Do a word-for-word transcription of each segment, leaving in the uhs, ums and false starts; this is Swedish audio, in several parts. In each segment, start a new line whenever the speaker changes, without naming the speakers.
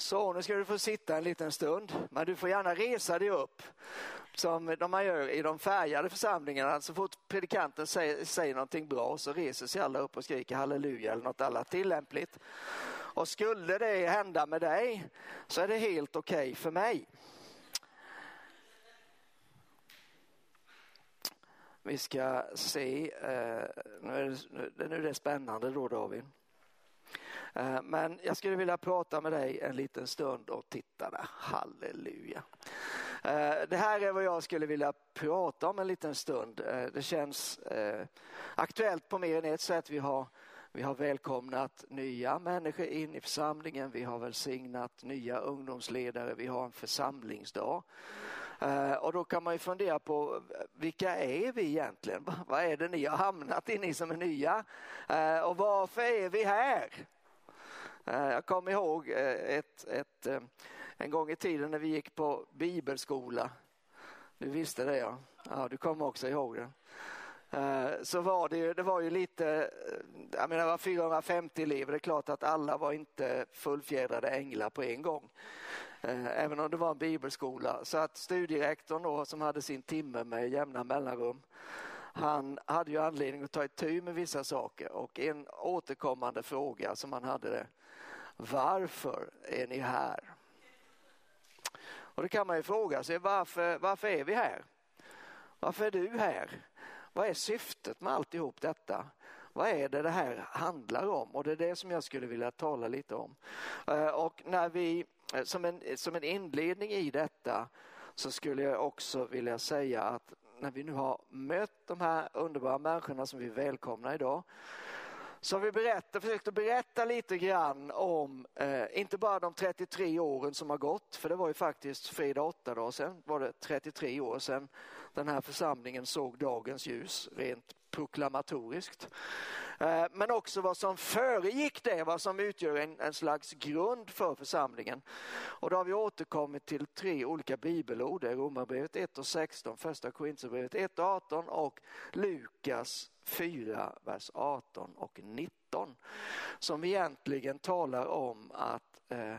Så nu ska du få sitta en liten stund, men du får gärna resa dig upp som de man gör i de färgade församlingarna. Så fort predikanten säger, säger någonting bra så reser sig alla upp och skriker halleluja eller något annat tillämpligt. Och skulle det hända med dig så är det helt okej okay för mig. Vi ska se, eh, nu, är det, nu är det spännande då David. Eh, men jag skulle vilja prata med dig en liten stund och titta där, halleluja. Eh, det här är vad jag skulle vilja prata om en liten stund. Eh, det känns eh, aktuellt på mer än ett sätt. Vi har, vi har välkomnat nya människor in i församlingen. Vi har välsignat nya ungdomsledare. Vi har en församlingsdag. Uh, och då kan man ju fundera på vilka är vi egentligen? Vad är det ni har hamnat i, ni som är nya? Uh, och varför är vi här? Uh, jag kommer ihåg uh, ett, ett, uh, en gång i tiden när vi gick på bibelskola. Du visste det, ja. Ja, du kommer också ihåg det. Uh, så var det ju, det var ju lite, jag menar det var fyrahundrafemtio elever. Det är klart att alla var inte fullfjädrade änglar på en gång. Även om det var en bibelskola. Så att studierektorn då, som hade sin timme med jämna mellanrum, han hade ju anledning att ta itu med vissa saker. Och en återkommande fråga som han hade det: varför är ni här? Och det kan man ju fråga sig, varför, varför är vi här? Varför är du här? Vad är syftet med alltihop detta? Vad är det det här handlar om? Och det är det som jag skulle vilja tala lite om. Och när vi, som en, som en inledning i detta, så skulle jag också vilja säga att när vi nu har mött de här underbara människorna som vi välkomnar idag, så har vi berätta, försökt att berätta lite grann om, eh, inte bara de trettiotre åren som har gått, för det var ju faktiskt fredag åtta dagar sedan, var det trettiotre år sedan den här församlingen såg dagens ljus rent proklamatoriskt. Eh, men också vad som föregick det, vad som utgör en, en slags grund för församlingen. Och då har vi återkommit till tre olika bibelord, det är Romarbrevet ett och sexton, första Korinthierbrevet ett och arton och Lukas fyra, vers arton och nitton, som egentligen talar om att eh,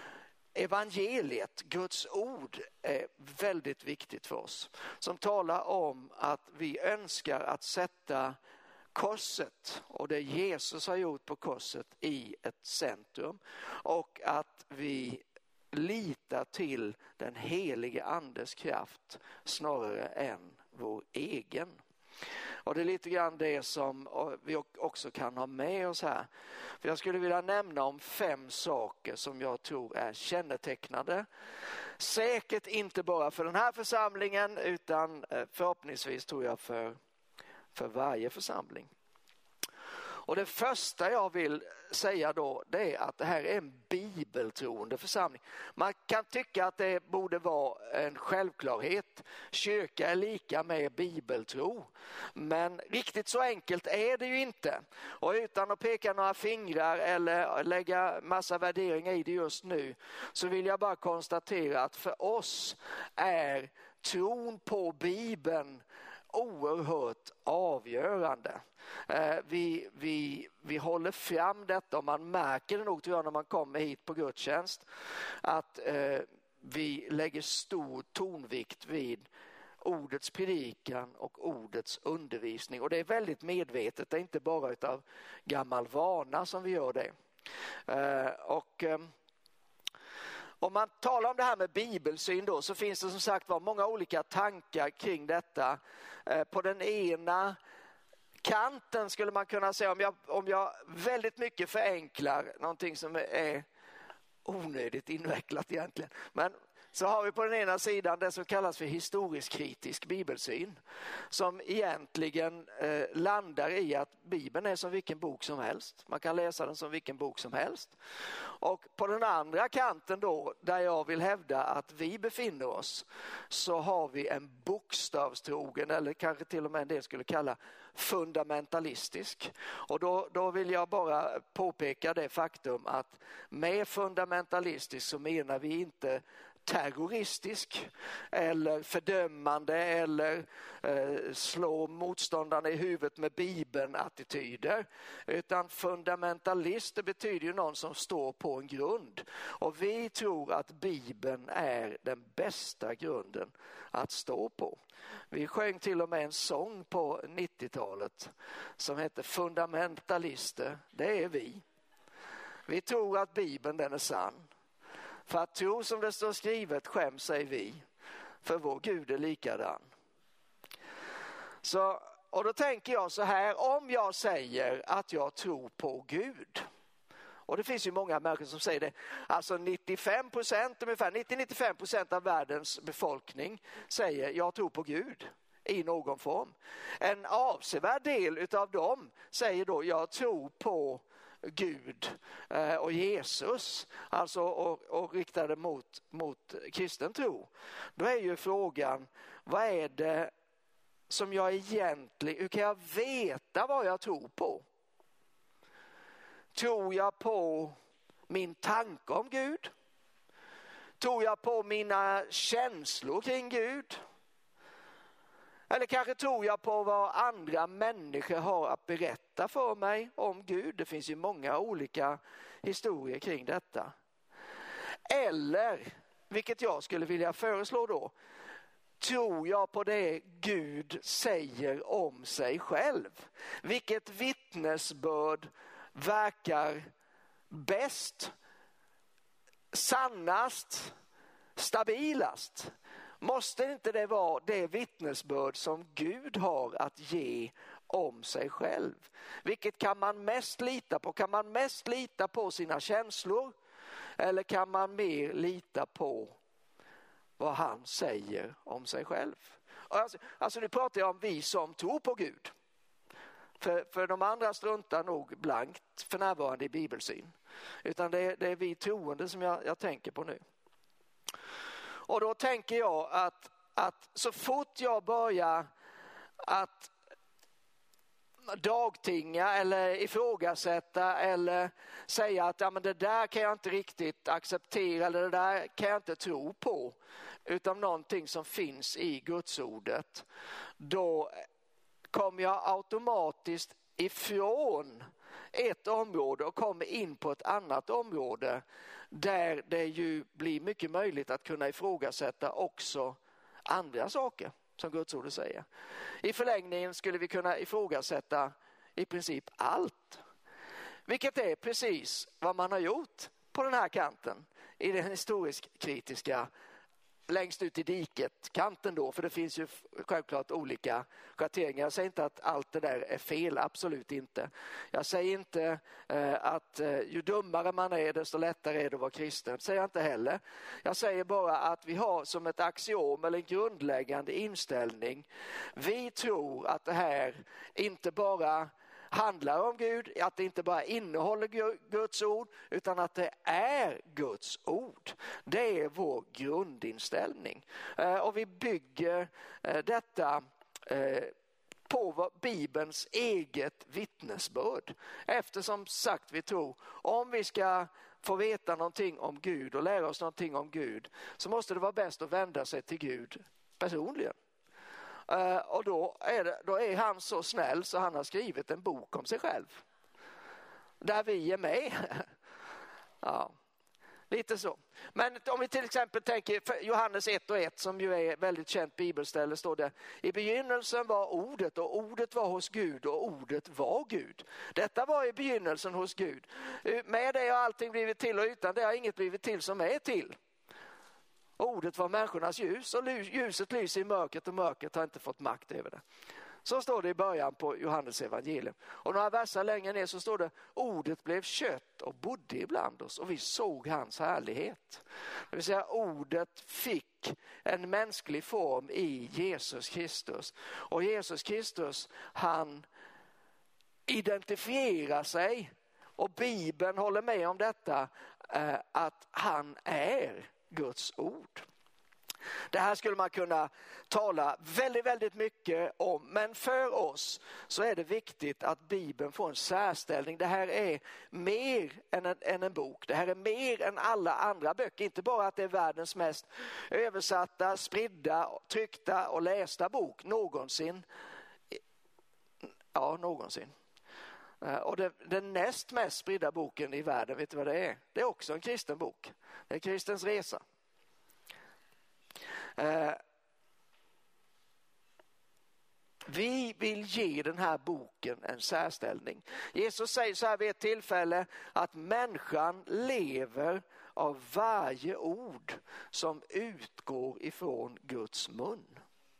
evangeliet, Guds ord, är väldigt viktigt för oss. Som talar om att vi önskar att sätta korset och det Jesus har gjort på korset i ett centrum, och att vi litar till den helige andes kraft snarare än vår egen. Och det är lite grann det som vi också kan ha med oss här. För jag skulle vilja nämna om fem saker som jag tror är kännetecknande. Säkert inte bara för den här församlingen, utan förhoppningsvis tror jag för, för varje församling. Och det första jag vill säga då, det är att det här är en bibeltroende församling. Man kan tycka att det borde vara en självklarhet. Kyrka är lika med bibeltro. Men riktigt så enkelt är det ju inte. Och utan att peka några fingrar eller lägga massa värderingar i det just nu, så vill jag bara konstatera att för oss är tron på Bibeln oerhört avgörande. Eh, vi, vi, vi håller fram detta, och man märker det nog, tror jag, när man kommer hit på gudstjänst, att eh, vi lägger stor tonvikt vid ordets predikan och ordets undervisning. Och det är väldigt medvetet, det är inte bara utav gammal vana som vi gör det. Eh, och... Eh, Om man talar om det här med bibelsyn då, så finns det som sagt var många olika tankar kring detta. Eh, på den ena kanten skulle man kunna säga, om jag, om jag väldigt mycket förenklar någonting som är onödigt invecklat egentligen, men så har vi på den ena sidan det som kallas för historisk kritisk bibelsyn, som egentligen eh, landar i att Bibeln är som vilken bok som helst. Man kan läsa den som vilken bok som helst. Och på den andra kanten då, där jag vill hävda att vi befinner oss, så har vi en bokstavstrogen, eller kanske till och med en del skulle kalla fundamentalistisk. Och då, då vill jag bara påpeka det faktum att med fundamentalistisk så menar vi inte terroristisk eller fördömande eller eh, slå motståndarna i huvudet med Bibeln-attityder, utan fundamentalister betyder ju någon som står på en grund, och vi tror att Bibeln är den bästa grunden att stå på. Vi sjöng till och med en sång på nittiotalet som heter Fundamentalister, det är vi. Vi tror att Bibeln den är sann. För att tro som det står skrivet skäms sig vi, för vår Gud är likadan. Så, och då tänker jag så här, om jag säger att jag tror på Gud, och det finns ju många människor som säger det, alltså nittiofem procent, ungefär nittio till nittiofem procent av världens befolkning säger jag tror på Gud i någon form. En avsevärd del av dem säger då jag tror på Gud och Jesus, alltså och, och riktade mot, mot kristen tro. Då är ju frågan, vad är det som jag egentligen, hur kan jag veta vad jag tror på? Tror jag på min tanke om Gud? Tror jag på mina känslor kring Gud? Eller kanske tror jag på vad andra människor har att berätta för mig om Gud. Det finns ju många olika historier kring detta. Eller, vilket jag skulle vilja föreslå då, tror jag på det Gud säger om sig själv? Vilket vittnesbörd verkar bäst, sannast, stabilast? Måste inte det vara det vittnesbörd som Gud har att ge om sig själv? Vilket kan man mest lita på? Kan man mest lita på sina känslor? Eller kan man mer lita på vad han säger om sig själv? Alltså, alltså nu pratar jag om vi som tror på Gud. För, för de andra struntar nog blankt för närvarande i bibelsyn. Utan det, det är vi troende som jag, jag tänker på nu. Och då tänker jag att, att så fort jag börjar att dagtinga eller ifrågasätta eller säga att ja, men det där kan jag inte riktigt acceptera eller det där kan jag inte tro på, utan någonting som finns i Gudsordet, då kommer jag automatiskt ifrån ett område och kommer in på ett annat område där det ju blir mycket möjligt att kunna ifrågasätta också andra saker som Gudsordet säger. I förlängningen skulle vi kunna ifrågasätta i princip allt. Vilket är precis vad man har gjort på den här kanten i den historiskt kritiska längst ut i diket kanten då, för det finns ju självklart olika schatteringar. Jag säger inte att allt det där är fel, absolut inte. Jag säger inte eh, att eh, ju dummare man är desto lättare är det att vara kristen. Det säger jag inte heller. Jag säger bara att vi har som ett axiom eller en grundläggande inställning. Vi tror att det här inte bara handlar om Gud, att det inte bara innehåller Guds ord utan att det är Guds ord. Det är vår grundinställning. Och vi bygger detta på Bibelns eget vittnesbörd. Eftersom sagt vi tror, om vi ska få veta någonting om Gud och lära oss någonting om Gud, så måste det vara bäst att vända sig till Gud personligen. Uh, och då är, det, då är han så snäll så han har skrivit en bok om sig själv. Där vi är med. Ja, lite så. Men om vi till exempel tänker för Johannes ett och ett som ju är väldigt känt bibelställe, står det: i begynnelsen var ordet och ordet var hos Gud och ordet var Gud. Detta var i begynnelsen hos Gud. Med det har allting blivit till och utan det har inget blivit till som är till. Ordet var människornas ljus och ljuset lyser i mörkret och mörkret har inte fått makt över det. Så står det i början på Johannes evangelium. Och några verser längre ner så står det: ordet blev kött och bodde ibland oss och vi såg hans härlighet. Det vill säga ordet fick en mänsklig form i Jesus Kristus. Och Jesus Kristus, han identifierar sig, och Bibeln håller med om detta, att han är Guds ord. Det här skulle man kunna tala väldigt, väldigt mycket om. Men för oss så är det viktigt att Bibeln får en särställning. Det här är mer än en, än en bok. Det här är mer än alla andra böcker. Inte bara att det är världens mest översatta, spridda, tryckta och lästa bok någonsin. Ja, någonsin. Och det, den näst mest spridda boken i världen, vet du vad det är? Det är också en kristen bok. Det är Kristens resa. Eh, vi vill ge den här boken en särställning. Jesus säger så här vid ett tillfälle att människan lever av varje ord som utgår ifrån Guds mun.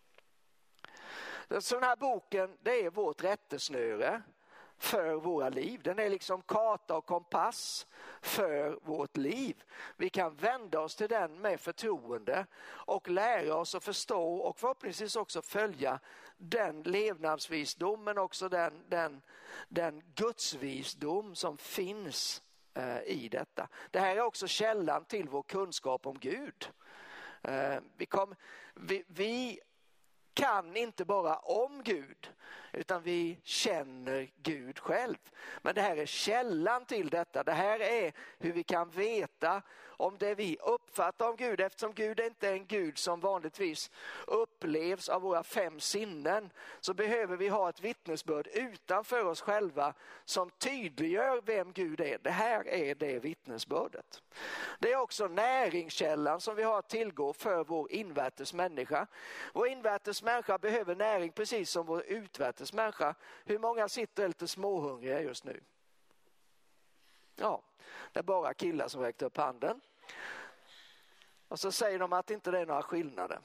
Så den här boken, det är vårt rättesnöre för våra liv. Den är liksom karta och kompass för vårt liv. Vi kan vända oss till den med förtroende och lära oss att förstå och förhoppningsvis också följa den levnadsvisdom men också den, den, den gudsvisdom som finns eh, i detta. Det här är också källan till vår kunskap om Gud. Eh, vi, kom, vi, vi kan inte bara om Gud utan vi känner Gud själv. Men det här är källan till detta. Det här är hur vi kan veta om det vi uppfattar om Gud, eftersom Gud inte är en Gud som vanligtvis upplevs av våra fem sinnen, så behöver vi ha ett vittnesbörd utanför oss själva som tydliggör vem Gud är. Det här är det vittnesbördet. Det är också näringskällan som vi har att tillgå för vår invärtes människa. Vår invärtes människa behöver näring precis som vår utvärtes människa. Hur många sitter lite småhungriga just nu? Ja, det är bara killar som räckte upp handen. Och så säger de att inte det är några skillnader.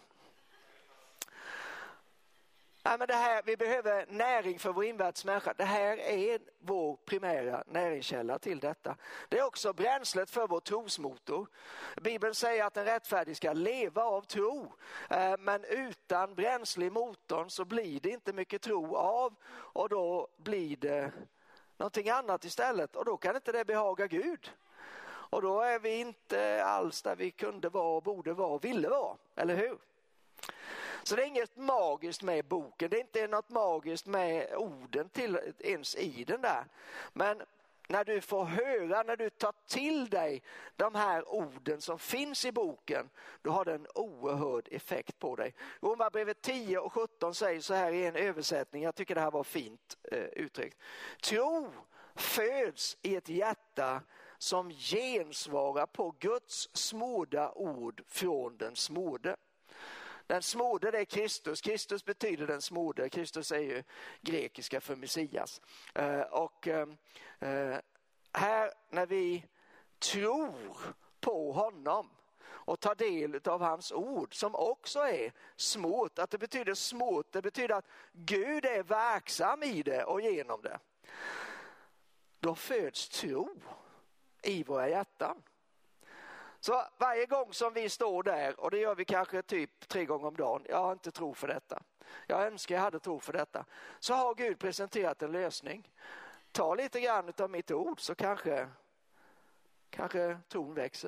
Nej, men det här, vi behöver näring för vår invärtes människa. Det här är vår primära näringskälla till detta. Det är också bränslet för vår trosmotor. Bibeln säger att en rättfärdig ska leva av tro. Men utan bränsle i motorn så blir det inte mycket tro av. Och då blir det någonting annat istället. Och då kan inte det behaga Gud. Och då är vi inte alls där vi kunde vara, borde vara och ville vara. Eller hur? Så det är inget magiskt med boken. Det är inte något magiskt med orden till, ens i den där. Men när du får höra, när du tar till dig de här orden som finns i boken, då har det en oerhörd effekt på dig. Romarbrevet tio och sjutton säger så här i en översättning. Jag tycker det här var fint eh, uttryckt. Tro föds i ett hjärta som gensvarar på Guds smorda ord från den smorde. Den smorde, det är Kristus. Kristus betyder den smorde. Kristus är ju grekiska för Messias. Uh, och uh, här när vi tror på honom och tar del av hans ord som också är smort. Att det betyder smort, det betyder att Gud är verksam i det och genom det. Då föds tro i våra hjärtan. Så varje gång som vi står där, och det gör vi kanske typ tre gånger om dagen, jag har inte tro för detta. Jag önskar jag hade tro för detta. Så har Gud presenterat en lösning. Ta lite grann av mitt ord så kanske, kanske tron växer.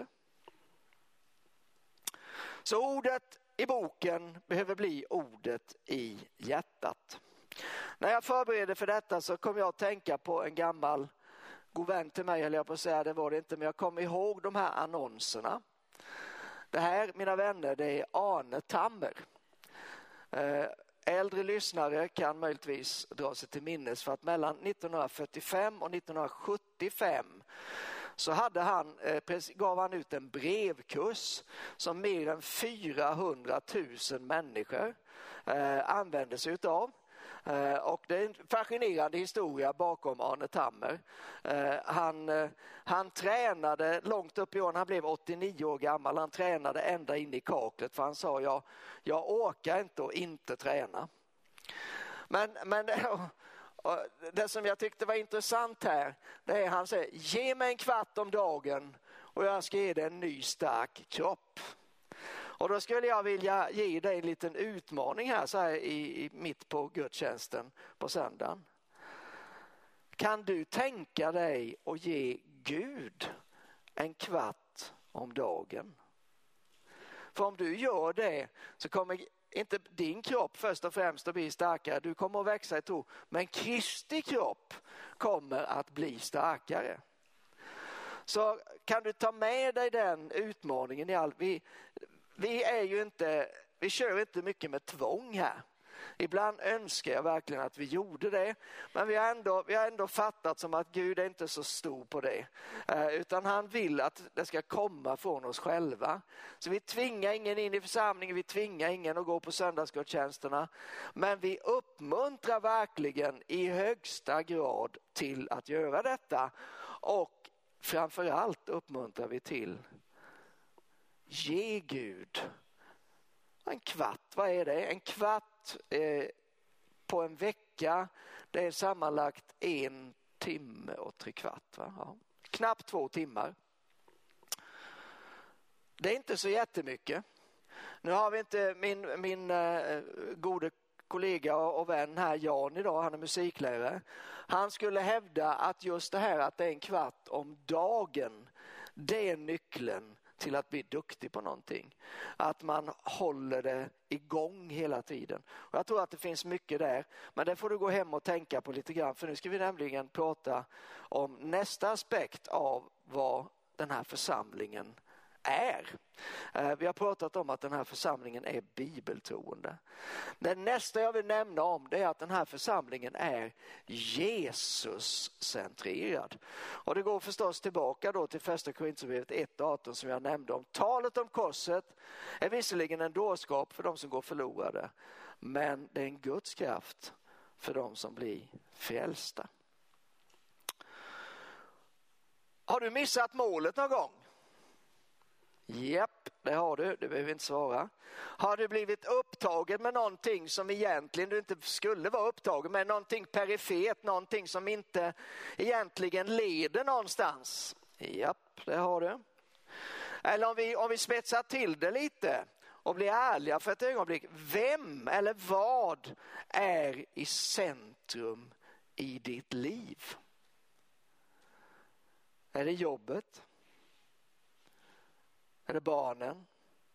Så ordet i boken behöver bli ordet i hjärtat. När jag förbereder för detta så kom jag att tänka på en gammal god vän till mig, eller jag på att säga, det var det inte, men jag kommer ihåg de här annonserna. Det här, mina vänner, det är Arne Tammer. Äldre lyssnare kan möjligtvis dra sig till minnes för att mellan nittonhundrafyrtiofem och nittonhundrasjuttiofem så hade han, gav han ut en brevkurs som mer än fyrahundratusen människor använde sig utav. Och det är en fascinerande historia bakom Arne Tammer. Han, han tränade långt upp i åren, han blev åttionio år gammal. Han tränade ända in i kaklet för han sa jag, jag orkar inte att inte träna. Men, men det, det som jag tyckte var intressant här, det är han säger, ge mig en kvart om dagen och jag ska ge dig en ny stark kropp. Och då skulle jag vilja ge dig en liten utmaning här, så här i, i mitt på gudstjänsten på söndagen. Kan du tänka dig att ge Gud en kvart om dagen? För om du gör det så kommer inte din kropp först och främst att bli starkare. Du kommer att växa i tro. Men Kristi kropp kommer att bli starkare. Så kan du ta med dig den utmaningen i allt. Vi, vi är ju inte, vi kör inte mycket med tvång här. Ibland önskar jag verkligen att vi gjorde det. Men vi har ändå, vi har ändå fattat som att Gud är inte så stor på det. Eh, utan han vill att det ska komma från oss själva. Så vi tvingar ingen in i församlingen. Vi tvingar ingen att gå på söndagsgudstjänsterna. Men vi uppmuntrar verkligen i högsta grad till att göra detta. Och framförallt uppmuntrar vi till ge Gud en kvart. Vad är det? En kvart eh, på en vecka. Det är sammanlagt en timme och tre kvart. Va? Ja. Knappt två timmar. Det är inte så jättemycket. Nu har vi inte min, min eh, gode kollega och, och vän här, Jan, idag. Han är musiklärare. Han skulle hävda att just det här att det är en kvart om dagen, det är nyckeln till att bli duktig på någonting. Att man håller det igång hela tiden. Och jag tror att det finns mycket där. Men det får du gå hem och tänka på lite grann. För nu ska vi nämligen prata om nästa aspekt av vad den här församlingen är. Vi har pratat om att den här församlingen är bibeltroende. Det nästa jag vill nämna om det är att den här församlingen är Jesus-centrerad. Och det går förstås tillbaka då till första Korinthierbrevet ett arton som jag nämnde om. Talet om korset är visserligen en dårskap för de som går förlorade. Men det är en Guds kraft för de som blir frälsta. Har du missat målet någon gång? Japp, det har du. Du behöver inte svara. Har du blivit upptagen med någonting som egentligen du inte skulle vara upptagen med? Någonting perifert, någonting som inte egentligen leder någonstans? Japp, det har du. Eller om vi, om vi spetsar till det lite och blir ärliga för ett ögonblick. Vem eller vad är i centrum i ditt liv? Är det jobbet? Är det barnen?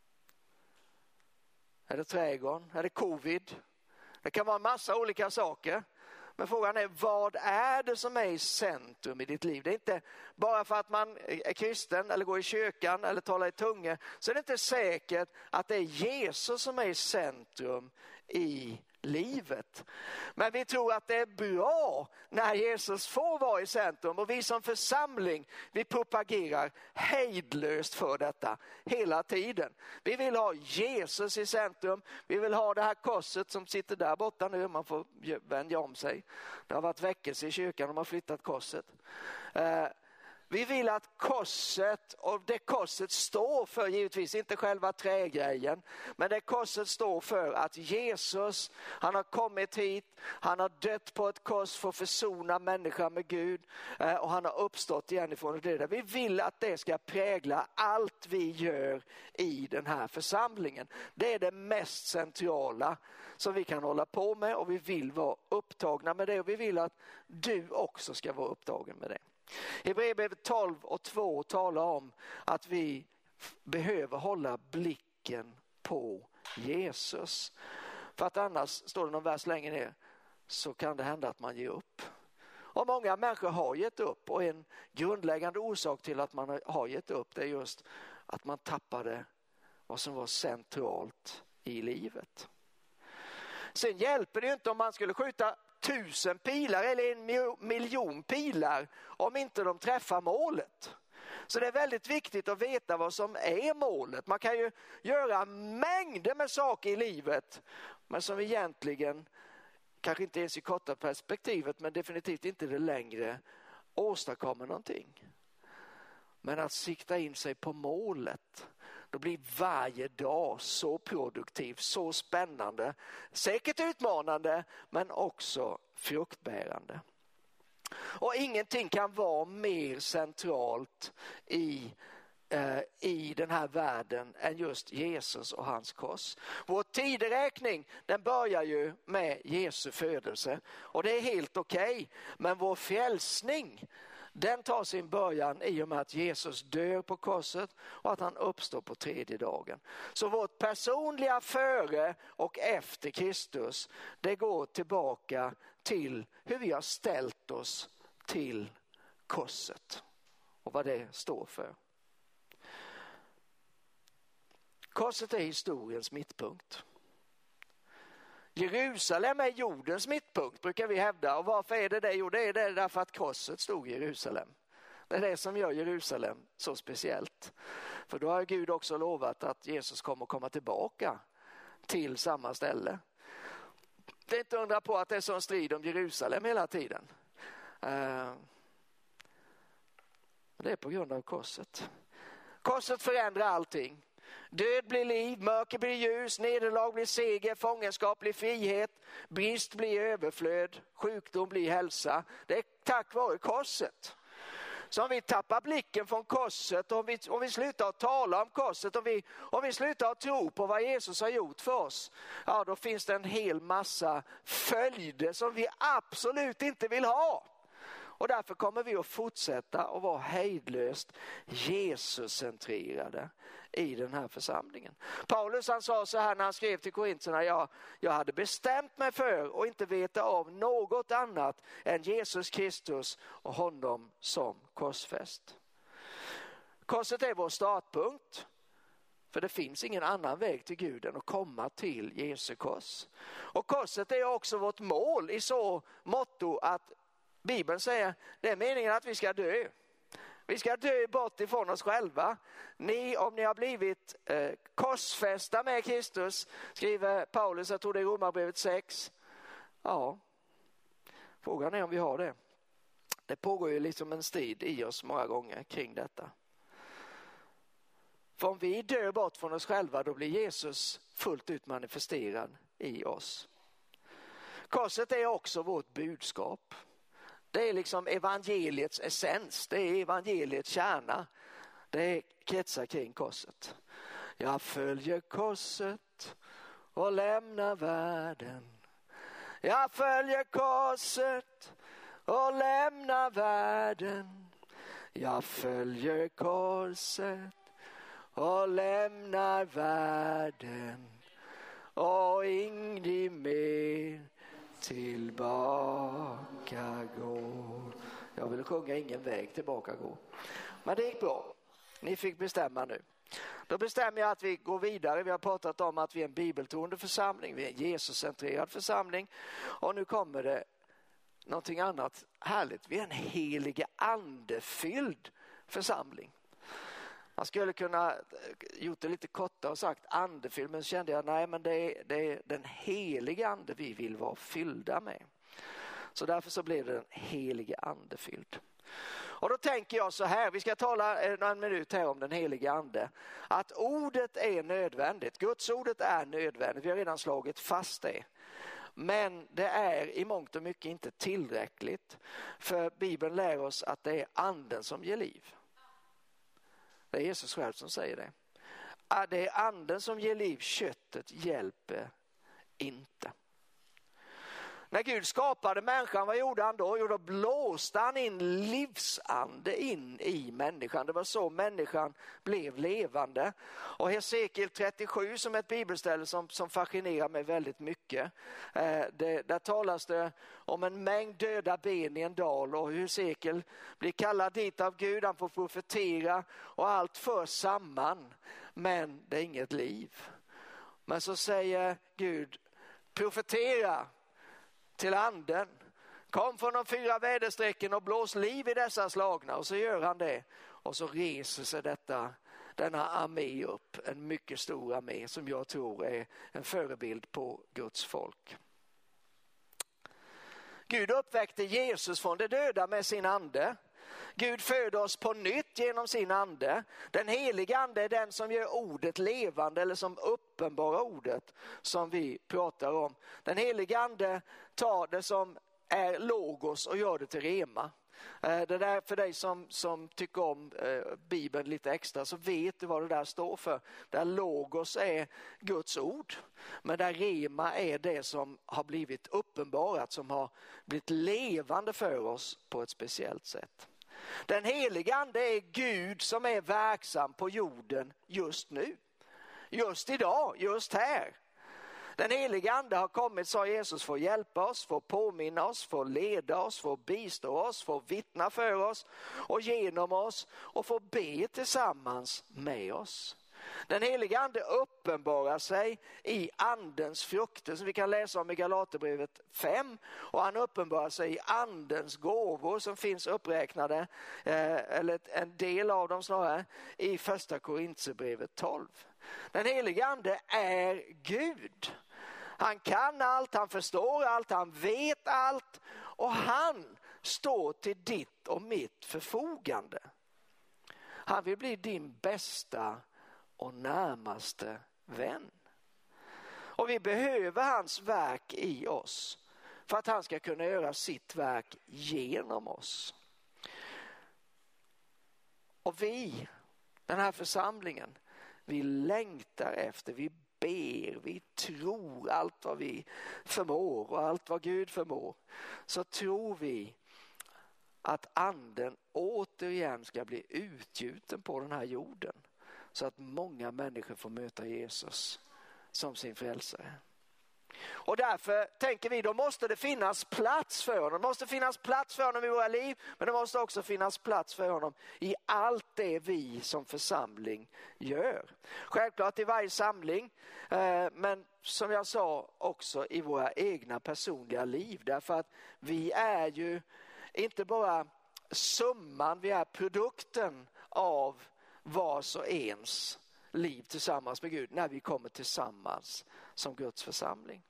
Är det trädgården? Är det covid? Det kan vara en massa olika saker. Men frågan är, vad är det som är i centrum i ditt liv? Det är inte bara för att man är kristen eller går i kyrkan eller talar i tungor. Så är det inte säkert att det är Jesus som är i centrum i livet. Men vi tror att det är bra när Jesus får vara i centrum, och vi som församling, vi propagerar hejdlöst för detta hela tiden. Vi vill ha Jesus i centrum. Vi vill ha det här korset som sitter där borta nu. Man får vänja om sig. Det har varit väckelse i kyrkan och man har flyttat korset. Eh, Vi vill att korset, och det korset står för, givetvis inte själva trägrejen, men det korset står för att Jesus, han har kommit hit, han har dött på ett kors för att försona människan med Gud, och han har uppstått igen ifrån det döda. Vi vill att det ska prägla allt vi gör i den här församlingen. Det är det mest centrala som vi kan hålla på med, och vi vill vara upptagna med det, och vi vill att du också ska vara upptagen med det. Hebreerbrevet tolv och två talar om att vi behöver hålla blicken på Jesus. För att annars, står det någon vers längre ner, så kan det hända att man ger upp. Och många människor har gett upp, och en grundläggande orsak till att man har gett upp, det är just att man tappade vad som var centralt i livet. Sen hjälper det inte om man skulle skjuta tusen pilar eller en miljon pilar om inte de träffar målet. Så det är väldigt viktigt att veta vad som är målet. Man kan ju göra mängder med saker i livet, men som egentligen kanske inte ens i korta perspektivet, men definitivt inte det längre, åstadkommer någonting. Men att sikta in sig på målet, då blir varje dag så produktiv, så spännande, säkert utmanande, men också fruktbärande. Och ingenting kan vara mer centralt i, eh, i den här världen än just Jesus och hans kors. Vår tideräkning, den börjar ju med Jesu födelse, och det är helt okej. Men vår frälsning, Den tar sin början i och med att Jesus dör på korset och att han uppstår på tredje dagen. Så vårt personliga före och efter Kristus, det går tillbaka till hur vi har ställt oss till korset och vad det står för. Korset är historiens mittpunkt. Jerusalem är jordens mittpunkt, brukar vi hävda. Och varför är det det? Jo, det är det därför att korset stod i Jerusalem. Det är det som gör Jerusalem så speciellt. För då har Gud också lovat att Jesus kommer komma tillbaka till samma ställe. Det är inte undra på att det är sån strid om Jerusalem hela tiden. Det är på grund av korset. Korset förändrar allting. Död blir liv, mörker blir ljus, nederlag blir seger, fångenskap blir frihet, brist blir överflöd, sjukdom blir hälsa. Det är tack vare korset. Så om vi tappar blicken från korset, om vi, om vi slutar att tala om korset, om vi, om vi slutar att tro på vad Jesus har gjort för oss, ja, då finns det en hel massa följder som vi absolut inte vill ha. Och därför kommer vi att fortsätta att vara hejdlöst Jesus-centrerade i den här församlingen. Paulus han sa så här när han skrev till korinterna: jag, jag hade bestämt mig för att inte veta av något annat än Jesus Kristus och honom som korsfäst. Korset är vår startpunkt, för det finns ingen annan väg till Gud än att komma till Jesu kors. Och korset är också vårt mål i så motto att Bibeln säger det är meningen att vi ska dö. Vi ska dö bort ifrån oss själva. Ni, om ni har blivit eh, korsfästa med Kristus, skriver Paulus, jag tror det är Romarbrevet sex. Ja, frågan är om vi har det. Det pågår ju liksom en strid i oss många gånger kring detta. För om vi dör bort från oss själva, då blir Jesus fullt ut manifesterad i oss. Korset är också vårt budskap. Det är liksom evangeliets essens, det är evangeliets kärna. Det kretsar kring korset. Jag följer korset och lämnar världen. Jag följer korset och lämnar världen. Jag följer korset och lämnar världen. Och ingen mer tillbaka går. Jag vill sjunga ingen väg tillbaka går. Men det gick bra. Ni fick bestämma nu. Då bestämmer jag att vi går vidare. Vi har pratat om att vi är en bibeltroende församling. Vi är en Jesus-centrerad församling. Och nu kommer det någonting annat härligt. Vi är en helige andefylld församling. Man skulle kunna gjort det lite kortare och sagt andefylld, men så kände jag nej, men det är, det är den heliga ande vi vill vara fyllda med. Så därför så blev det den helige andefylld. Och då tänker jag så här, vi ska tala en minut här om den helige ande. Att ordet är nödvändigt, Guds ordet är nödvändigt, vi har redan slagit fast det. Men det är i mångt och mycket inte tillräckligt, för Bibeln lär oss att det är anden som ger liv. Det är Jesus själv som säger det. Det är anden som ger liv, köttet hjälper inte. När Gud skapade människan, vad gjorde han då? Jo, då blåste han in livsande in i människan. Det var så människan blev levande. Och Hesekiel trettiosju som är ett bibelställe som, som fascinerar mig väldigt mycket. Eh, det, där talas det om en mängd döda ben i en dal och hur Hesekiel blir kallad dit av Gud. Han får profetera och allt för samman. Men det är inget liv. Men så säger Gud, profetera till anden. Kom från de fyra väderstrecken och blås liv i dessa slagna. Och så gör han det. Och så reser sig detta, denna armé upp. En mycket stor armé som jag tror är en förebild på Guds folk. Gud uppväckte Jesus från de döda med sin ande. Gud föder oss på nytt genom sin ande. Den heliga ande är den som gör ordet levande, eller som uppenbara ordet som vi pratar om. Den heliga ande tar det som är logos och gör det till rema. Det där för dig som, som tycker om eh, Bibeln lite extra, så vet du vad det där står för. Där logos är Guds ord, men där rema är det som har blivit uppenbarat, som har blivit levande för oss på ett speciellt sätt. Den heliga ande är Gud som är verksam på jorden just nu. Just idag, just här. Den heliga ande har kommit, sa Jesus, för att hjälpa oss, för att påminna oss, för att leda oss, för att bistå oss, för att vittna för oss och genom oss och för att be tillsammans med oss. Den heliga ande uppenbarar sig i andens frukter som vi kan läsa om i Galaterbrevet fem, och han uppenbarar sig i andens gåvor som finns uppräknade, eh, eller en del av dem snarare, i första Korinthierbrevet tolv. Den heliga ande är Gud. Han kan allt, han förstår allt, han vet allt och han står till ditt och mitt förfogande. Han vill bli din bästa och närmaste vän. Och vi behöver hans verk i oss för att han ska kunna göra sitt verk genom oss. Och vi, den här församlingen, vi längtar efter, vi ber, vi tror allt vad vi förmår och allt vad Gud förmår. Så tror vi att anden återigen ska bli utgjuten på den här jorden. Så att många människor får möta Jesus som sin frälsare. Och därför tänker vi, då måste det finnas plats för honom. Det måste finnas plats för honom i våra liv. Men det måste också finnas plats för honom i allt det vi som församling gör. Självklart i varje samling. Men som jag sa också i våra egna personliga liv. Därför att vi är ju inte bara summan, vi är produkten av vars och ens liv tillsammans med Gud när vi kommer tillsammans som Guds församling.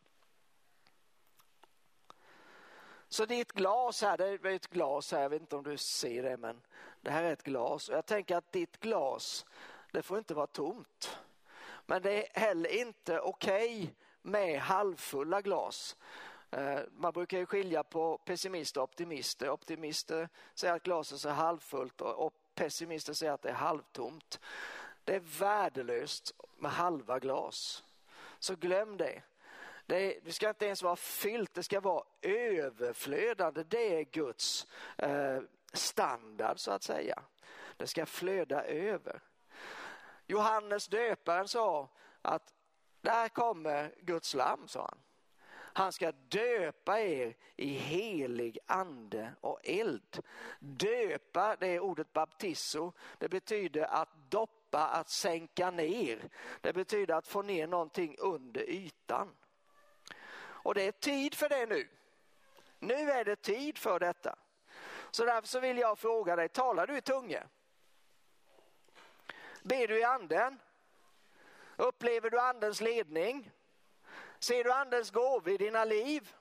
Så ditt glas här, det är ett glas här, jag vet inte om du ser det, men det här är ett glas. Och jag tänker att ditt glas, det får inte vara tomt. Men det är heller inte okej med halvfulla glas. Man brukar ju skilja på pessimister och optimister. Optimister säger att glaset är halvfullt och pessimister säger att det är halvtomt. Det är värdelöst med halva glas. Så glöm det. Det, är, det ska inte ens vara fyllt, det ska vara överflödande. Det är Guds eh, standard så att säga. Det ska flöda över. Johannes döparen sa att där kommer Guds lamm, sa han. Han ska döpa er i helig ande och eld. Döpa, det är ordet baptizo. Det betyder att doppa, att sänka ner. Det betyder att få ner någonting under ytan. Och det är tid för det nu. Nu är det tid för detta. Så därför så vill jag fråga dig, talar du i tunga? Ber du i anden? Upplever du andens ledning? Ser du andens gåvor i dina liv?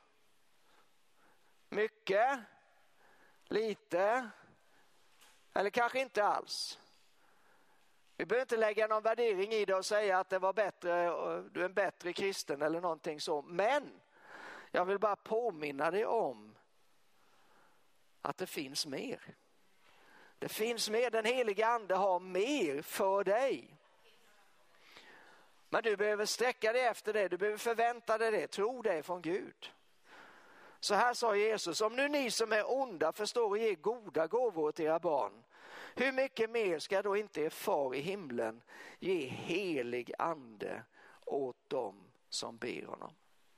Mycket? Lite? Eller kanske inte alls? Vi behöver inte lägga någon värdering i det och säga att det var bättre, du är en bättre kristen eller någonting så. Men jag vill bara påminna dig om att det finns mer. Det finns mer, den heliga ande har mer för dig. Men du behöver sträcka dig efter det, du behöver förvänta dig det, tro det från Gud. Så här sa Jesus, om nu ni som är onda förstår att ge goda gåvor till era barn, hur mycket mer ska då inte er far i himlen ge helig ande åt dem som ber honom?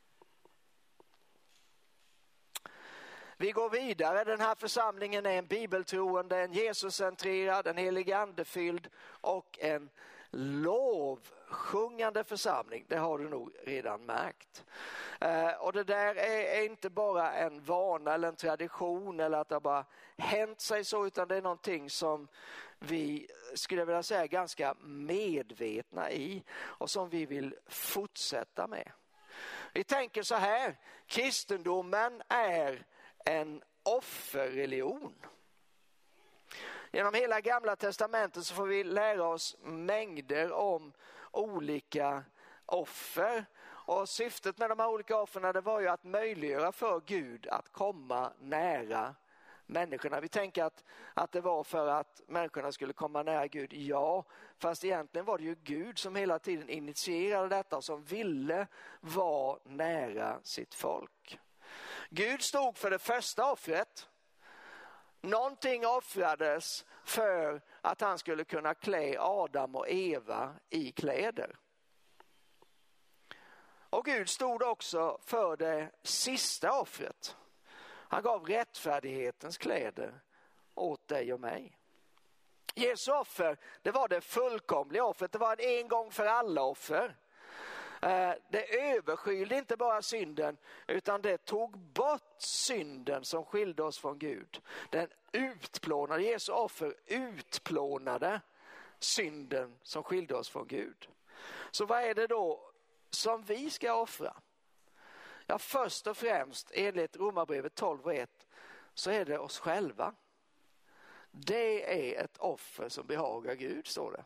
Vi går vidare, den här församlingen är en bibeltroende, en Jesuscentrerad, en helig andefylld och en lovsjungande församling. Det har du nog redan märkt. Eh, och det där är, är inte bara en vana eller en tradition eller att det bara hänt sig så, utan det är någonting som vi skulle vilja säga ganska medvetna i och som vi vill fortsätta med. Vi tänker så här, kristendomen är en offerreligion. Genom hela gamla testamentet så får vi lära oss mängder om olika offer. Och syftet med de här olika offren, det var ju att möjliggöra för Gud att komma nära människorna. Vi tänker att, att det var för att människorna skulle komma nära Gud. Ja, fast egentligen var det ju Gud som hela tiden initierade detta och som ville vara nära sitt folk. Gud stod för det första offret. Någonting offrades för att han skulle kunna klä Adam och Eva i kläder. Och Gud stod också för det sista offret. Han gav rättfärdighetens kläder åt dig och mig. Jesu offer, det var det fullkomliga offret. Det var en en gång för alla offer. Det överskyllde inte bara synden, utan det tog bort synden som skilde oss från Gud. Den utplånade, Jesu offer utplånade synden som skilde oss från Gud. Så vad är det då som vi ska offra? Ja, först och främst enligt Romarbrevet tolv och ett så är det oss själva. Det är ett offer som behagar Gud, står det.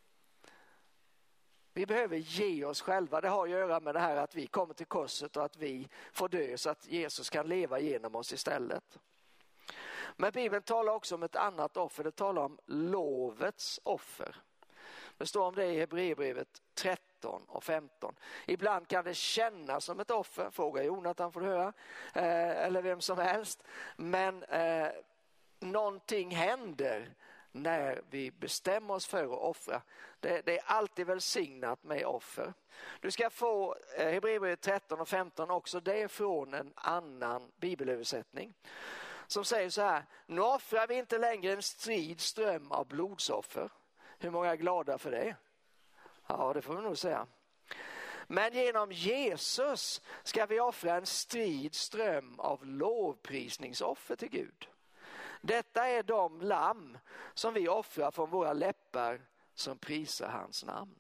Vi behöver ge oss själva. Det har att göra med det här att vi kommer till korset och att vi får dö så att Jesus kan leva genom oss istället. Men Bibeln talar också om ett annat offer. Det talar om lovets offer. Det står om det i Hebreerbrevet tretton och femton. Ibland kan det kännas som ett offer. Fråga Jonathan får du höra. Eh, eller vem som helst. Men eh, någonting händer när vi bestämmer oss för att offra. Det, det är alltid välsignat med offer. Du ska få eh, Hebreerbrevet tretton och femton också det från en annan bibelöversättning. Som säger så här: nu offrar vi inte längre en strid ström av blodsoffer. Hur många är glada för det? Ja, det får vi nog säga. Men genom Jesus ska vi offra en strid ström av lovprisningsoffer till Gud. Detta är de lamm som vi offrar från våra läppar som prisar hans namn.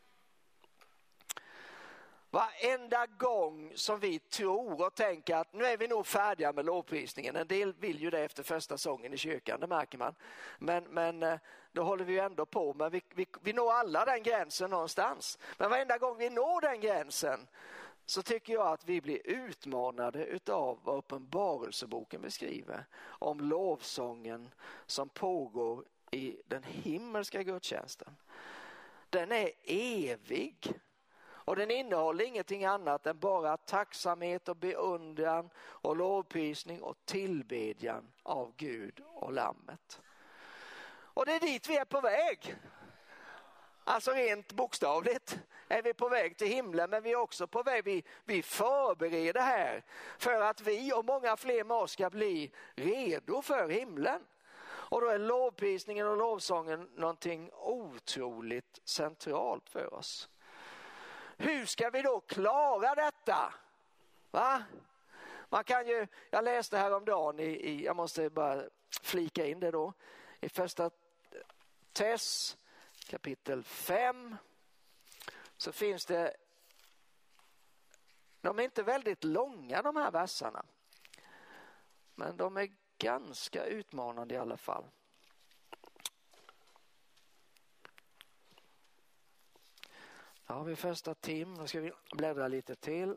Varenda gång som vi tror och tänker att nu är vi nog färdiga med lovprisningen. En del vill ju det efter första sången i kyrkan, det märker man. Men, men då håller vi ju ändå på. Men vi, vi, vi når alla den gränsen någonstans. Men varenda gång vi når den gränsen så tycker jag att vi blir utmanade utav vad Uppenbarelseboken beskriver om lovsången som pågår i den himmelska gudstjänsten. Den är evig. Och den innehåller ingenting annat än bara tacksamhet och beundran och lovprisning och tillbedjan av Gud och Lammet. Och det är dit vi är på väg. Alltså rent bokstavligt är vi på väg till himlen, men vi är också på väg, vi, vi förbereder här för att vi och många fler med oss ska bli redo för himlen. Och då är lovprisningen och lovsången någonting otroligt centralt för oss. Hur ska vi då klara detta? Va? Man kan ju, jag läste häromdagen i, i jag måste bara flika in det då, i första Tess kapitel fem så finns det, de är inte väldigt långa de här verserna, men de är ganska utmanande i alla fall. Då har vi första Tim, då ska vi bläddra lite till.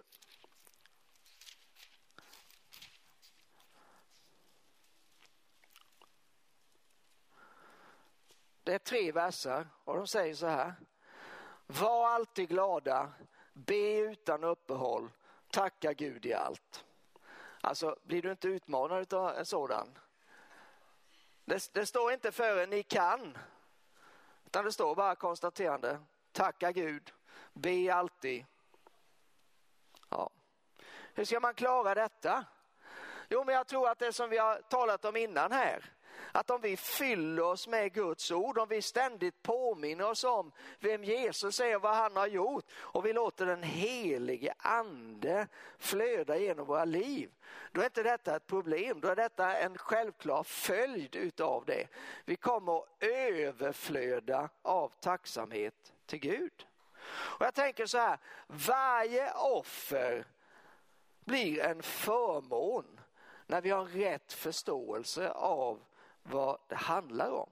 Det är tre verser och de säger så här: var alltid glada, be utan uppehåll, tacka Gud i allt. Alltså, blir du inte utmanad av en sådan? Det, det står inte före ni kan, utan det står bara konstaterande: tacka Gud, be alltid. Ja. Hur ska man klara detta? Jo, men jag tror att det som vi har talat om innan här, att om vi fyller oss med Guds ord, om vi ständigt påminner oss om vem Jesus är och vad han har gjort, och vi låter den helige ande flöda genom våra liv, då är inte detta ett problem. Då är detta en självklar följd utav det. Vi kommer att överflöda av tacksamhet till Gud. Och jag tänker så här, varje offer blir en förmån när vi har rätt förståelse av vad det handlar om.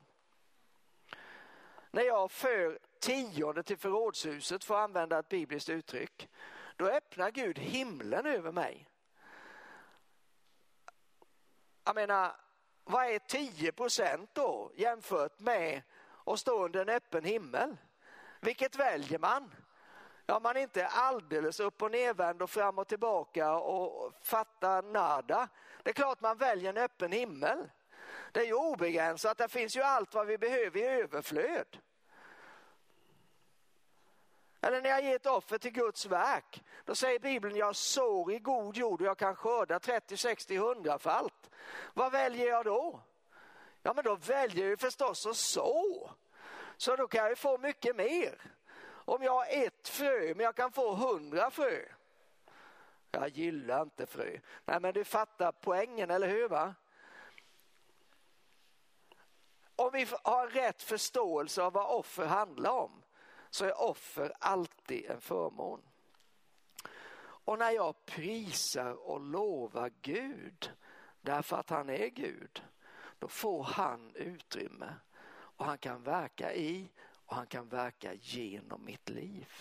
När jag för tionde till förrådshuset, för att använda ett bibliskt uttryck, då öppnar Gud himlen över mig. Jag menar, vad är tio procent då jämfört med att stå under en öppen himmel? Vilket väljer man? Ja, man är inte alldeles upp och nervänd och fram och tillbaka och fattar nada. Det är klart man väljer en öppen himmel. Det är ju obegränsat, det finns ju allt vad vi behöver i överflöd. Eller när jag ger ett offer till Guds verk, då säger Bibeln, jag sår i god jord och jag kan skörda trettio, sextio, hundra-falt. Vad väljer jag då? Ja, men då väljer jag förstås att så. Så då kan jag få mycket mer. Om jag har ett frö, men jag kan få hundra frö. Jag gillar inte frö. Nej, men du fattar poängen, eller hur va? Om vi har rätt förståelse av vad offer handlar om, så är offer alltid en förmån. Och när jag prisar och lovar Gud därför att han är Gud, då får han utrymme och han kan verka i och han kan verka genom mitt liv.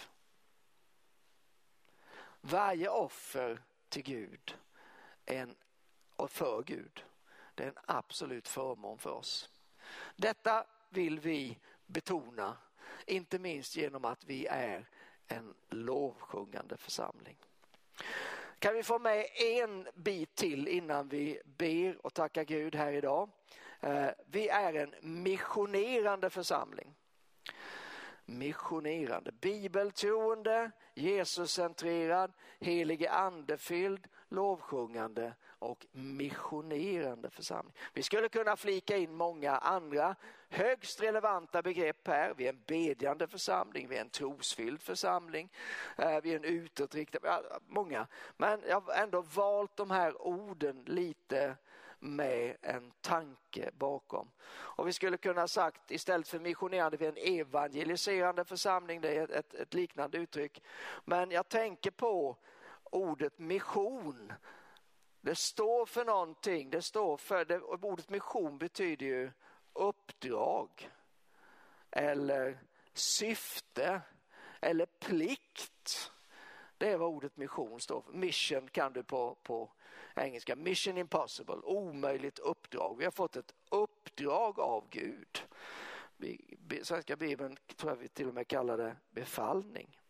Varje offer till Gud är en, och för Gud, det är en absolut förmån för oss. Detta vill vi betona, inte minst genom att vi är en lovsjungande församling. Kan vi få med en bit till innan vi ber och tackar Gud här idag? Vi är en missionerande församling. Missionerande, bibeltroende, Jesuscentrerad, helige andefylld, lovsjungande och missionerande församling. Vi skulle kunna flika in många andra högst relevanta begrepp här. Vi är en bedjande församling, vi är en trosfylld församling, vi är en utåtriktad, många. Men jag har ändå valt de här orden lite med en tanke bakom. Och vi skulle kunna ha sagt, istället för missionerande, vi är en evangeliserande församling, det är ett, ett, ett liknande uttryck. Men jag tänker på ordet mission. Det står för någonting, det står för, det, ordet mission betyder ju uppdrag eller syfte eller plikt. Det är vad ordet mission står för. Mission kan du på, på engelska. Mission impossible, omöjligt uppdrag. Vi har fått ett uppdrag av Gud. Svenska Bibeln tror jag vi till och med kallar det befallning.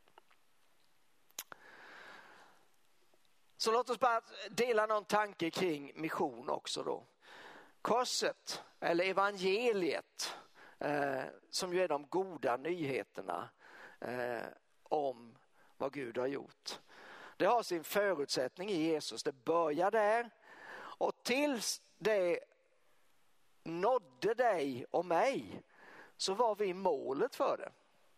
Så låt oss bara dela någon tanke kring mission också då. Korset eller evangeliet eh, som ju är de goda nyheterna eh, om vad Gud har gjort. Det har sin förutsättning i Jesus. Det börjar där och tills det nådde dig och mig så var vi målet för det.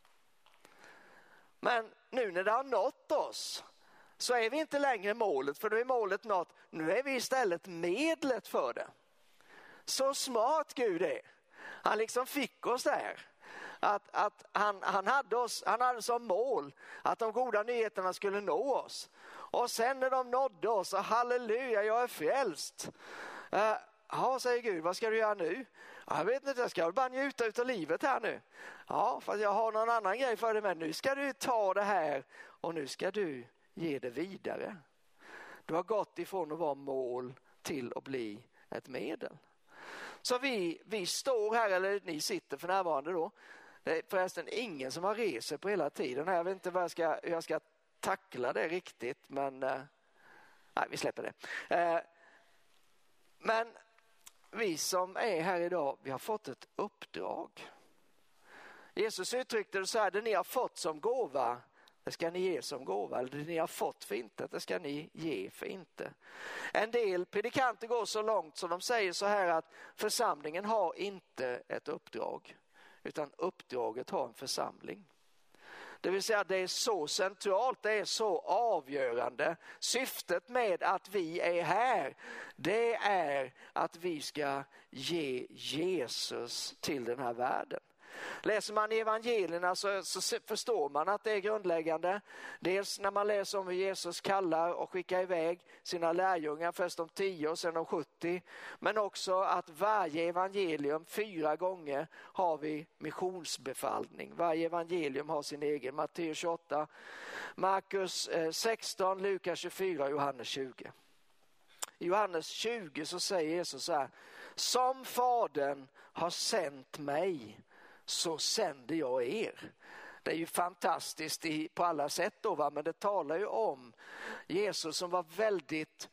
Men nu när det har nått oss så är vi inte längre målet, för då är målet nått. Nu är vi istället medlet för det. Så smart Gud är. Han liksom fick oss där. Att, att han, han, hade oss, han hade som mål att de goda nyheterna skulle nå oss. Och sen när de nådde oss, så halleluja, jag är frälst. Uh, ja, säger Gud, vad ska du göra nu? Jag vet inte, jag ska bara njuta utav livet här nu. Ja, fast jag har någon annan grej för dig, men nu ska du ta det här och nu ska du ge det vidare. Du har gått ifrån att vara mål till att bli ett medel. Så vi, vi står här, eller ni sitter för närvarande då. Det är förresten ingen som har reser på hela tiden. Jag vet inte vad jag ska, hur jag ska tackla det riktigt, men eh, nej, vi släpper det. Eh, men vi som är här idag, vi har fått ett uppdrag. Jesus uttryckte det så här: det ni har fått som gåva, det ska ni ge som gåva. Eller det ni har fått för inte, det ska ni ge för inte. En del predikanter går så långt så de säger så här att församlingen har inte ett uppdrag, utan uppdraget har en församling. Det vill säga det är så centralt, det är så avgörande. Syftet med att vi är här, det är att vi ska ge Jesus till den här världen. Läser man i evangelierna så, så förstår man att det är grundläggande. Dels när man läser om hur Jesus kallar och skickar iväg sina lärjungar, först de tio och sen de sjuttio. Men också att varje evangelium, fyra gånger har vi missionsbefallning. Varje evangelium har sin egen. Matteus tjugoåtta, Markus sexton, Lukas tjugofyra och Johannes tjugo. I Johannes tjugo så säger Jesus så här: som Fadern har sänt mig, så sänder jag er. Det är ju fantastiskt i, på alla sätt då, va? Men det talar ju om Jesus som var väldigt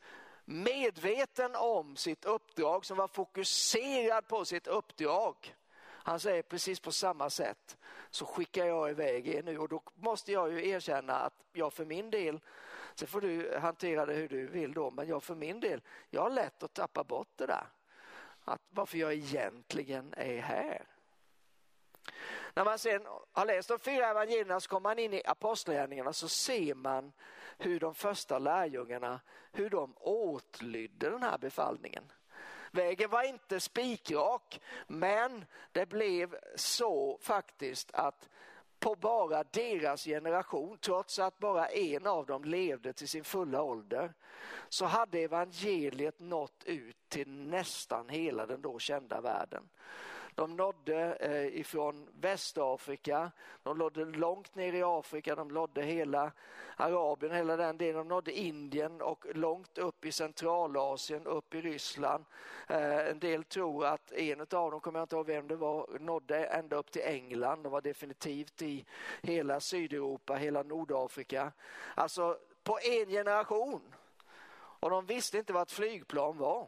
medveten om sitt uppdrag, som var fokuserad på sitt uppdrag. Han säger precis på samma sätt så skickar jag iväg er nu, och då måste jag ju erkänna att jag för min del, så får du hantera det hur du vill då, men jag för min del, jag har lätt att tappa bort det där. Att varför jag egentligen är här. När man sen har läst de fyra evangelierna så kommer man in i apostlagärningarna, så ser man hur de första lärjungarna, hur de åtlydde den här befallningen. Vägen var inte spikrak, men det blev så faktiskt att på bara deras generation, trots att bara en av dem levde till sin fulla ålder, så hade evangeliet nått ut till nästan hela den då kända världen. De nådde eh, ifrån Västafrika, de nådde långt ner i Afrika, de nådde hela Arabien, hela den delen, de nådde Indien och långt upp i Centralasien, upp i Ryssland. Eh, en del tror att en av dem, kommer jag inte ihåg vem det var, nådde ända upp till England. De var definitivt i hela Sydeuropa, hela Nordafrika. Alltså på en generation. Och de visste inte vad ett flygplan var.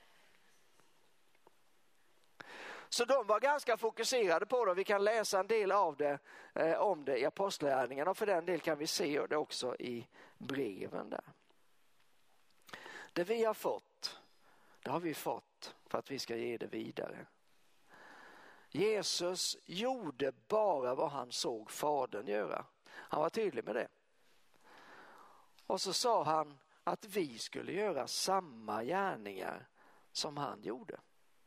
Så de var ganska fokuserade på det. Vi kan läsa en del av det eh, om det i apostlagärningarna, och för den del kan vi se det också i breven där. Det vi har fått, det har vi fått för att vi ska ge det vidare. Jesus gjorde bara vad han såg Fadern göra. Han var tydlig med det. Och så sa han att vi skulle göra samma gärningar som han gjorde.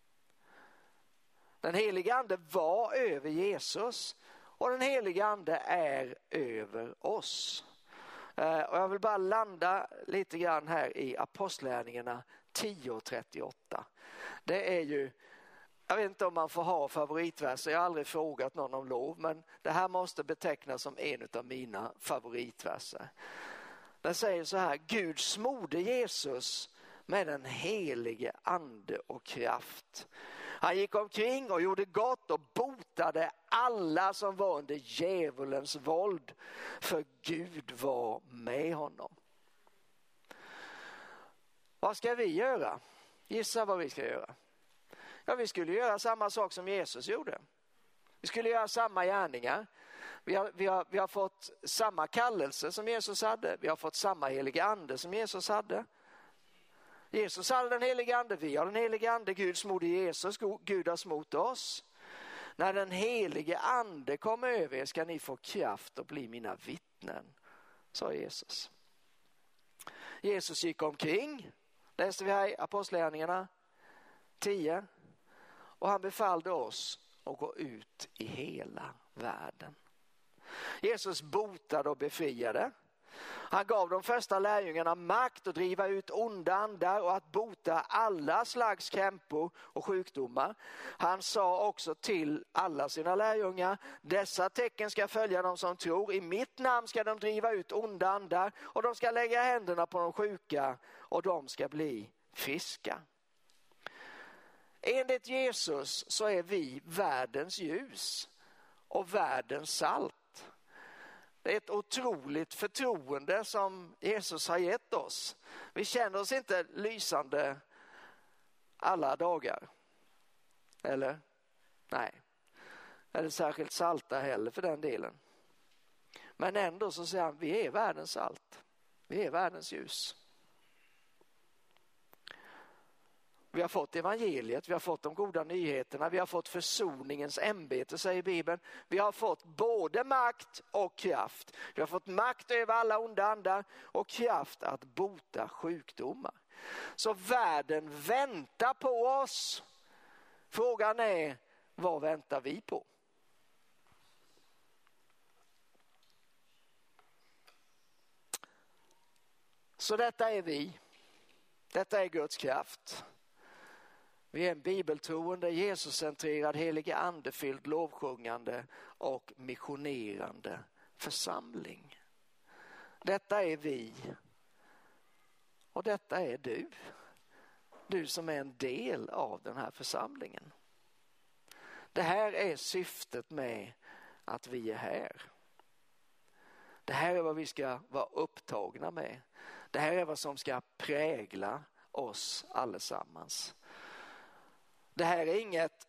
Den helige ande var över Jesus, och den helige ande är över oss. Och jag vill bara landa lite grann här i apostlagärningarna tio trettioåtta. Det är ju, jag vet inte om man får ha favoritverser, jag har aldrig frågat någon om lov, men det här måste betecknas som en av mina favoritverser. Den säger så här: Gud smorde Jesus med den helige ande och kraft. Han gick omkring och gjorde gott och botade alla som var under djävulens våld, för Gud var med honom. Vad ska vi göra? Gissa vad vi ska göra. Ja, vi skulle göra samma sak som Jesus gjorde. Vi skulle göra samma gärningar. Vi har, vi har, vi har fått samma kallelse som Jesus hade. Vi har fått samma heliga ande som Jesus hade. Jesus hade den heliga ande, vi har den heliga ande. Gud smorde Jesus, Gud har smort oss. När den helige ande kommer över er ska ni få kraft att bli mina vittnen, sa Jesus. Jesus gick omkring, läste vi här i apostlagärningarna tio, och han befallde oss att gå ut i hela världen. Jesus botade och befriade. Han gav de första lärjungarna makt att driva ut onda andar och att bota alla slags krämpor och sjukdomar. Han sa också till alla sina lärjungar: dessa tecken ska följa dem som tror. I mitt namn ska de driva ut onda andar, och de ska lägga händerna på de sjuka och de ska bli friska. Enligt Jesus så är vi världens ljus och världens salt. Det är ett otroligt förtroende som Jesus har gett oss. Vi känner oss inte lysande alla dagar. Eller? Nej. Eller särskilt salta heller för den delen. Men ändå så säger han, vi är världens salt. Vi är världens ljus. Vi har fått evangeliet, vi har fått de goda nyheterna, vi har fått försoningens ämbete, säger Bibeln. Vi har fått både makt och kraft. Vi har fått makt över alla onda andar och kraft att bota sjukdomar. Så världen väntar på oss. Frågan är, vad väntar vi på? Så detta är vi. Detta är Guds kraft. Vi är en bibeltroende, Jesuscentrerad, heliga andefylld, lovsjungande och missionerande församling. Detta är vi. Och detta är du. Du som är en del av den här församlingen. Det här är syftet med att vi är här. Det här är vad vi ska vara upptagna med. Det här är vad som ska prägla oss allesammans. Det här är inget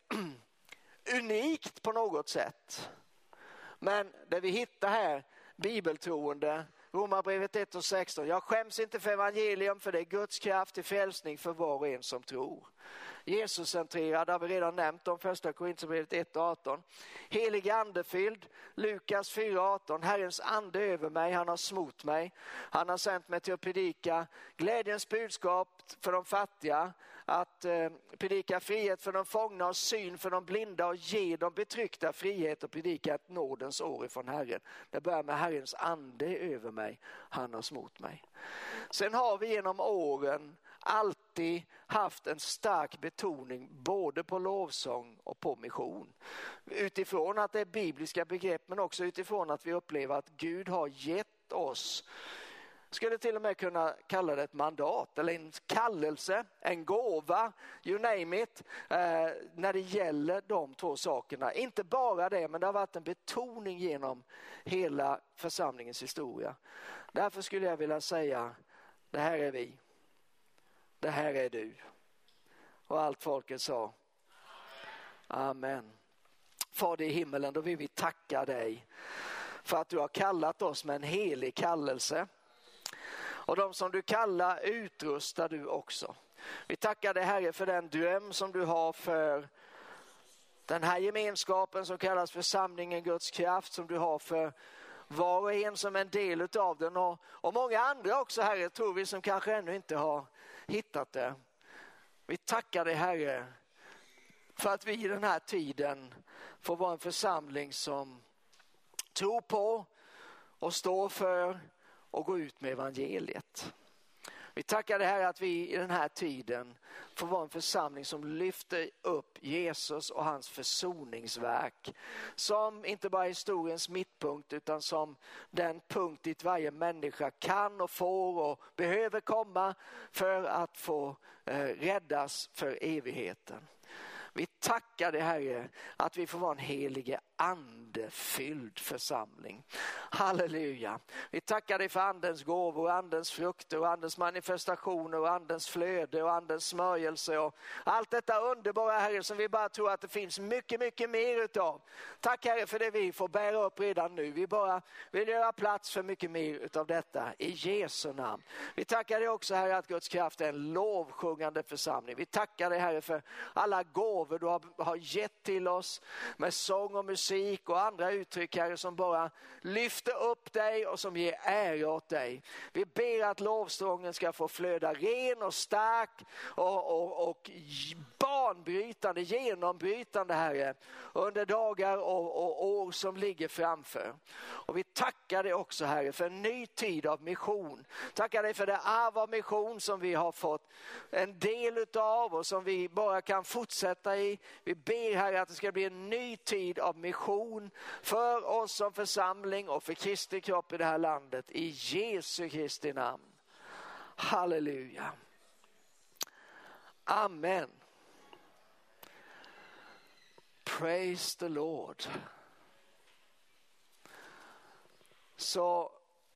unikt på något sätt. Men det vi hittar här, bibeltroende, Romarbrevet ett och sexton. Jag skäms inte för evangelium, för det är Guds kraft till frälsning för var och en som tror. Jesus-centrerad har vi redan nämnt om, första Korinthierbrevet ett och arton. Helig andefylld, Lukas fyra arton. Herrens ande över mig, han har smort mig. Han har sänt mig till att predika glädjens budskap för de fattiga. Att eh, predika frihet för de fångna och syn för de blinda och ge de betryckta frihet och predika ett nådens år ifrån Herren. Det börjar med Herrens ande över mig, han har smort mig. Sen har vi genom åren alltid haft en stark betoning både på lovsång och på mission. Utifrån att det är bibliska begrepp, men också utifrån att vi upplever att Gud har gett oss, skulle till och med kunna kalla det ett mandat eller en kallelse, en gåva, you name it, eh, när det gäller de två sakerna. Inte bara det, men det har varit en betoning genom hela församlingens historia. Därför skulle jag vilja säga, det här är vi. Det här är du. Och allt folket sa amen. Fader i himmelen, då vill vi tacka dig för att du har kallat oss med en helig kallelse. Och de som du kallar utrustar du också. Vi tackar dig Herre för den dröm som du har för den här gemenskapen som kallas församlingen Guds kraft, som du har för var och en som en del av den, och, och många andra också Herre, tror vi, som kanske ännu inte har hittat det. Vi tackar dig Herre för att vi i den här tiden får vara en församling som tror på och står för och gå ut med evangeliet. Vi tackar dig Herre att vi i den här tiden får vara en församling som lyfter upp Jesus och hans försoningsverk som inte bara är historiens mittpunkt, utan som den punkt dit varje människa kan och får och behöver komma för att få eh, räddas för evigheten. Vi tackar dig Herre att vi får vara en helige andefylld församling. Halleluja. Vi tackar dig för andens gåvor, andens frukter och andens manifestationer och andens flöde och andens smörjelse och allt detta underbara Herre som vi bara tror att det finns mycket, mycket mer utav. Tack Herre för det vi får bära upp redan nu. Vi bara vill göra plats för mycket mer utav detta i Jesu namn. Vi tackar dig också Herre att Guds kraft är en lovsjungande församling. Vi tackar dig Herre för alla gåvor du har, har gett till oss med sång och musik och andra uttryck Herre som bara lyfter upp dig och som ger ära åt dig. Vi ber att lovsången ska få flöda ren och stark och, och, och banbrytande, genombrytande Herre under dagar och, och år som ligger framför. Och vi tackar dig också Herre för en ny tid av mission. Tackar dig för det arv av mission som vi har fått en del utav och som vi bara kan fortsätta i. Vi ber Herre att det ska bli en ny tid av mission för oss som församling och för Kristi kropp i det här landet. I Jesu Kristi namn. Halleluja. Amen. Praise the Lord. Så